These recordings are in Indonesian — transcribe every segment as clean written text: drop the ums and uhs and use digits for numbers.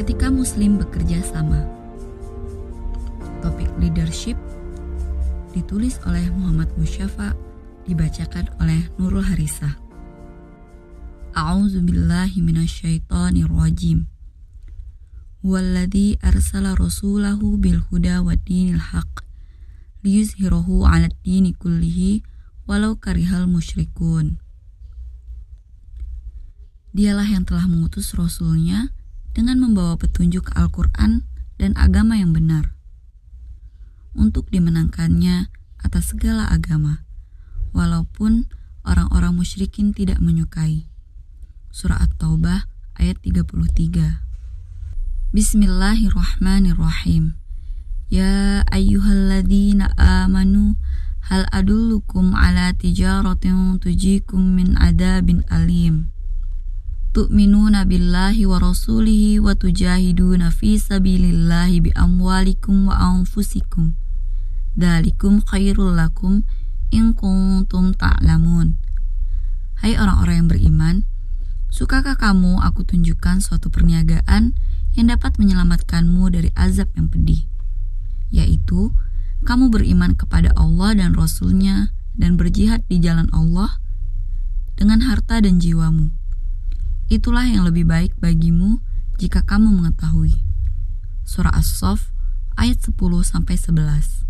ketika Muslim bekerja sama. Topik leadership ditulis oleh Muhammad Musyafa, dibacakan oleh Nurul Harisa. A'udzubillahi minasyaitonirrajim. Huwallazi arsala rasulahu bil huda waddinil haqq liyuzhirahu 'alad dini kullihi walau karihal musyrikun. Dialah yang telah mengutus Rasulnya dengan membawa petunjuk Al-Quran dan agama yang benar, untuk dimenangkannya atas segala agama, walaupun orang-orang musyrikin tidak menyukai. Surah At-Taubah ayat 33. Bismillahirrahmanirrahim. Ya ayyuhalladzina amanu hal adullukum ala tijaratin tujikum min adabin alim. Tu'minuna billahi wa rasulihi wa tujahiduna fi sabilillahi bi amwalikum wa anfusikum. Dzalikum khairul lakum in kuntum ta'lamun. Hai orang-orang yang beriman, sukakah kamu aku tunjukkan suatu perniagaan yang dapat menyelamatkanmu dari azab yang pedih, yaitu kamu beriman kepada Allah dan Rasul-Nya dan berjihad di jalan Allah dengan harta dan jiwamu. Itulah yang lebih baik bagimu jika kamu mengetahui. Surah As-Saff ayat 10-11.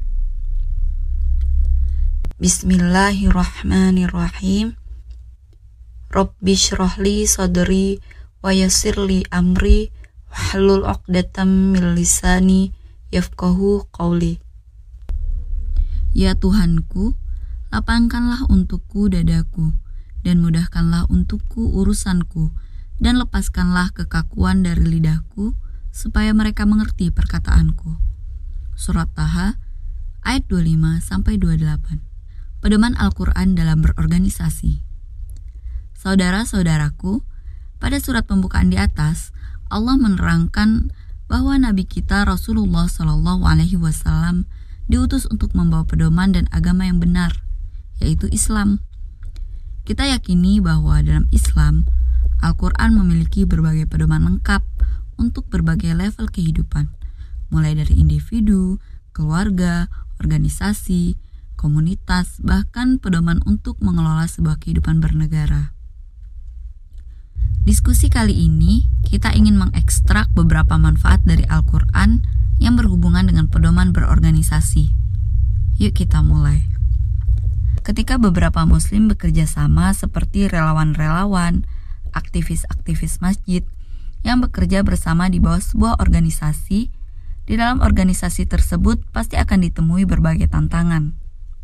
Bismillahirrahmanirrahim. Rabbi shrahli sadri wa yassirli amri wahlul 'uqdatam min lisani yafqahu qawli. Ya Tuhanku, lapangkanlah untukku dadaku dan mudahkanlah untukku urusanku, dan lepaskanlah kekakuan dari lidahku, supaya mereka mengerti perkataanku. Surat Taha, ayat 25-28. Pedoman Al-Quran dalam berorganisasi. Saudara-saudaraku, pada surat pembukaan di atas, Allah menerangkan bahwa Nabi kita Rasulullah SAW diutus untuk membawa pedoman dan agama yang benar, yaitu Islam. Kita yakini bahwa dalam Islam, Al-Quran memiliki berbagai pedoman lengkap untuk berbagai level kehidupan, mulai dari individu, keluarga, organisasi, komunitas, bahkan pedoman untuk mengelola sebuah kehidupan bernegara. Diskusi kali ini, kita ingin mengekstrak beberapa manfaat dari Al-Quran yang berhubungan dengan pedoman berorganisasi. Yuk kita mulai. Ketika beberapa muslim bekerja sama seperti relawan-relawan, aktivis-aktivis masjid yang bekerja bersama di bawah sebuah organisasi, di dalam organisasi tersebut pasti akan ditemui berbagai tantangan.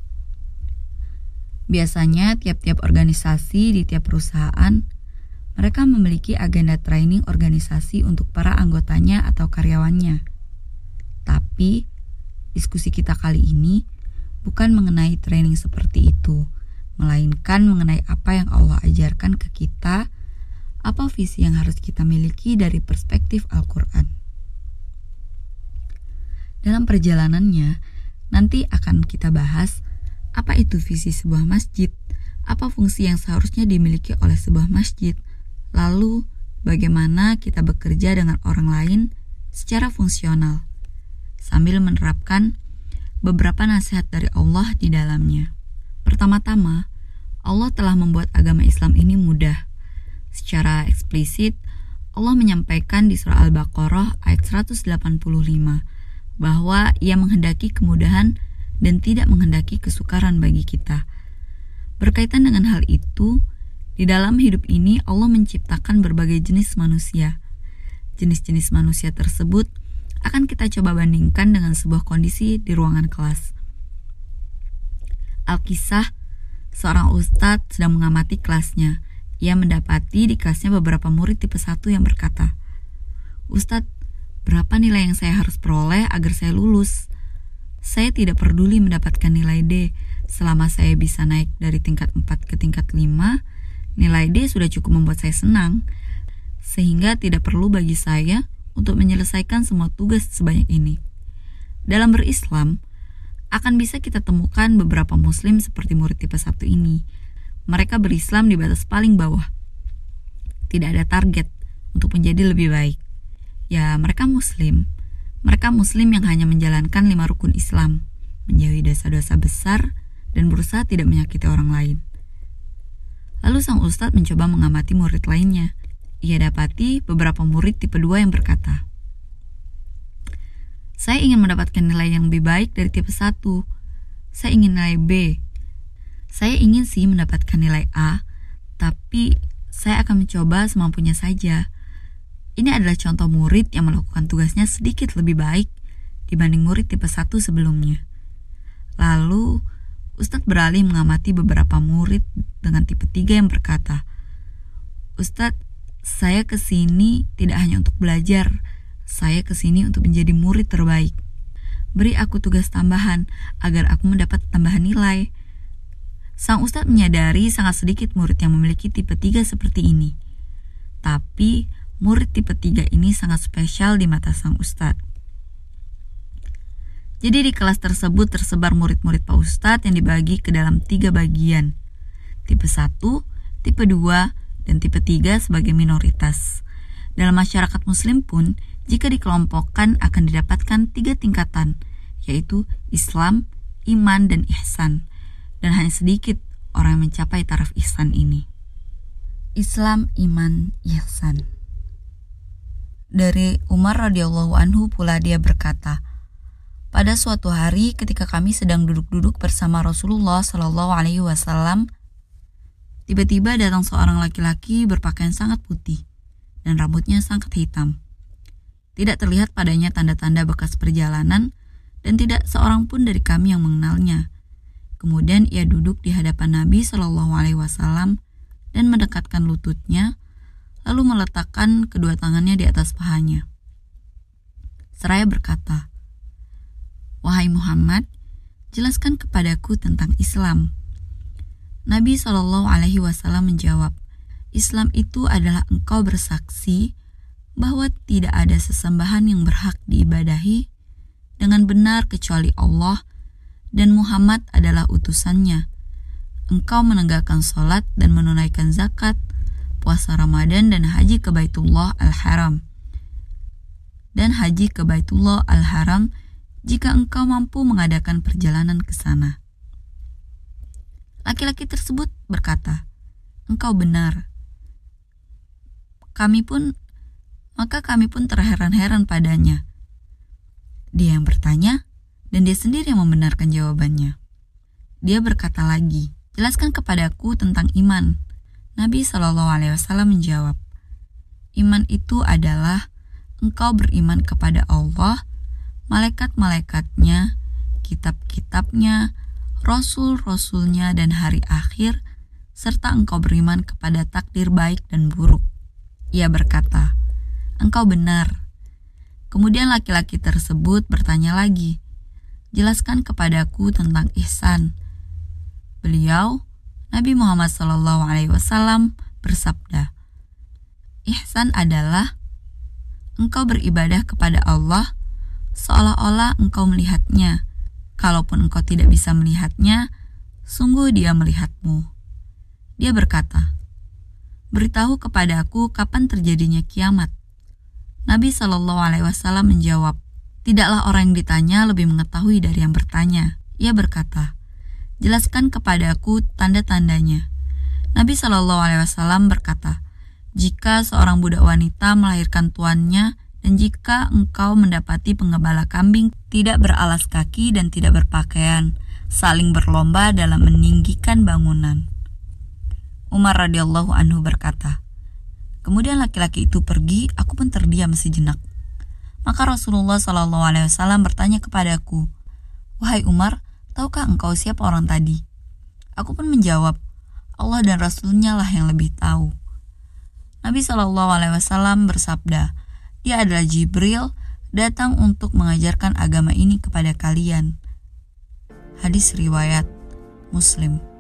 Biasanya tiap-tiap organisasi di tiap perusahaan, mereka memiliki agenda training organisasi untuk para anggotanya atau karyawannya. Tapi, diskusi kita kali ini bukan mengenai training seperti itu, melainkan mengenai apa yang Allah ajarkan ke kita, apa visi yang harus kita miliki dari perspektif Al-Quran. Dalam perjalanannya, nanti akan kita bahas apa itu visi sebuah masjid, apa fungsi yang seharusnya dimiliki oleh sebuah masjid, lalu bagaimana kita bekerja dengan orang lain secara fungsional, sambil menerapkan beberapa nasihat dari Allah di dalamnya. Pertama-tama, Allah telah membuat agama Islam ini mudah. Secara eksplisit, Allah menyampaikan di surah Al-Baqarah ayat 185 bahwa Ia menghendaki kemudahan dan tidak menghendaki kesukaran bagi kita. Berkaitan dengan hal itu, di dalam hidup ini Allah menciptakan berbagai jenis manusia. Jenis-jenis manusia tersebut akan kita coba bandingkan dengan sebuah kondisi di ruangan kelas. Al-Kisah, seorang ustadz sedang mengamati kelasnya. Ia mendapati di kelasnya beberapa murid tipe 1 yang berkata, "Ustadz, berapa nilai yang saya harus peroleh agar saya lulus? Saya tidak peduli mendapatkan nilai D. Selama saya bisa naik dari tingkat 4 ke tingkat 5, nilai D sudah cukup membuat saya senang. Sehingga tidak perlu bagi saya untuk menyelesaikan semua tugas sebanyak ini." Dalam berislam, akan bisa kita temukan beberapa muslim seperti murid tipe 1 ini. Mereka berislam di batas paling bawah. Tidak ada target untuk menjadi lebih baik. Ya, mereka muslim. Mereka muslim yang hanya menjalankan 5 rukun Islam, menjauhi dosa-dosa besar, dan berusaha tidak menyakiti orang lain. Lalu sang ustadz mencoba mengamati murid lainnya. Ia dapati beberapa murid tipe 2 yang berkata, "Saya ingin mendapatkan nilai yang lebih baik dari tipe 1. Saya ingin nilai B. Saya ingin sih mendapatkan nilai A, tapi saya akan mencoba semampunya saja." Ini adalah contoh murid yang melakukan tugasnya sedikit lebih baik dibanding murid tipe 1 sebelumnya. Lalu, Ustadz beralih mengamati beberapa murid dengan tipe 3 yang berkata, "Ustadz, saya kesini tidak hanya untuk belajar, saya kesini untuk menjadi murid terbaik. Beri aku tugas tambahan agar aku mendapat tambahan nilai." Sang Ustadz menyadari sangat sedikit murid yang memiliki tipe 3 seperti ini. Tapi, murid tipe 3 ini sangat spesial di mata sang Ustadz. Jadi di kelas tersebut tersebar murid-murid Pak Ustadz yang dibagi ke dalam 3 bagian. Tipe 1, tipe 2, dan tipe 3 sebagai minoritas. Dalam masyarakat muslim pun, jika dikelompokkan akan didapatkan 3 tingkatan, yaitu Islam, iman, dan ihsan. Dan hanya sedikit orang yang mencapai taraf ihsan ini. Islam, iman, ihsan. Dari Umar radhiyallahu anhu pula dia berkata, "Pada suatu hari ketika kami sedang duduk-duduk bersama Rasulullah Shallallahu Alaihi Wasallam, tiba-tiba datang seorang laki-laki berpakaian sangat putih dan rambutnya sangat hitam. Tidak terlihat padanya tanda-tanda bekas perjalanan dan tidak seorang pun dari kami yang mengenalnya. Kemudian ia duduk di hadapan Nabi Shallallahu Alaihi Wasallam dan mendekatkan lututnya, lalu meletakkan kedua tangannya di atas pahanya. Seraya berkata, 'Wahai Muhammad, jelaskan kepadaku tentang Islam.' Nabi Shallallahu Alaihi Wasallam menjawab, 'Islam itu adalah engkau bersaksi bahwa tidak ada sesembahan yang berhak diibadahi dengan benar kecuali Allah dan Muhammad adalah utusannya. Engkau menegakkan sholat dan menunaikan zakat, puasa Ramadan dan haji ke Baitullah Al-Haram. Dan haji ke Baitullah Al-Haram jika engkau mampu mengadakan perjalanan ke sana.' Laki-laki tersebut berkata, 'Engkau benar.' Maka kami pun terheran-heran padanya. Dia yang bertanya, dan dia sendiri yang membenarkan jawabannya. Dia berkata lagi, 'Jelaskan kepadaku tentang iman.' Nabi SAW menjawab, 'Iman itu adalah engkau beriman kepada Allah, malaikat-malaikatnya, kitab-kitabnya, rasul-rasulnya, dan hari akhir, serta engkau beriman kepada takdir baik dan buruk.' Ia berkata, 'Engkau benar.' Kemudian laki-laki tersebut bertanya lagi, 'Jelaskan kepadaku tentang ihsan.' Beliau, Nabi Muhammad SAW bersabda, 'Ihsan adalah engkau beribadah kepada Allah seolah-olah engkau melihatnya. Kalaupun engkau tidak bisa melihatnya, sungguh dia melihatmu.' Dia berkata, 'Beritahu kepadaku kapan terjadinya kiamat.' Nabi SAW menjawab, 'Tidaklah orang yang ditanya lebih mengetahui dari yang bertanya.' Ia berkata, 'Jelaskan kepadaku tanda-tandanya.' Nabi SAW berkata, 'Jika seorang budak wanita melahirkan tuannya, dan jika engkau mendapati penggembala kambing tidak beralas kaki dan tidak berpakaian, saling berlomba dalam meninggikan bangunan.' Umar radhiyallahu anhu berkata, 'Kemudian laki-laki itu pergi, aku pun terdiam sejenak. Maka Rasulullah SAW bertanya kepadaku, 'Wahai Umar, tahukah engkau siapa orang tadi?' Aku pun menjawab, 'Allah dan Rasulnya lah yang lebih tahu.' Nabi SAW bersabda, 'Dia adalah Jibril, datang untuk mengajarkan agama ini kepada kalian.' Hadis riwayat Muslim.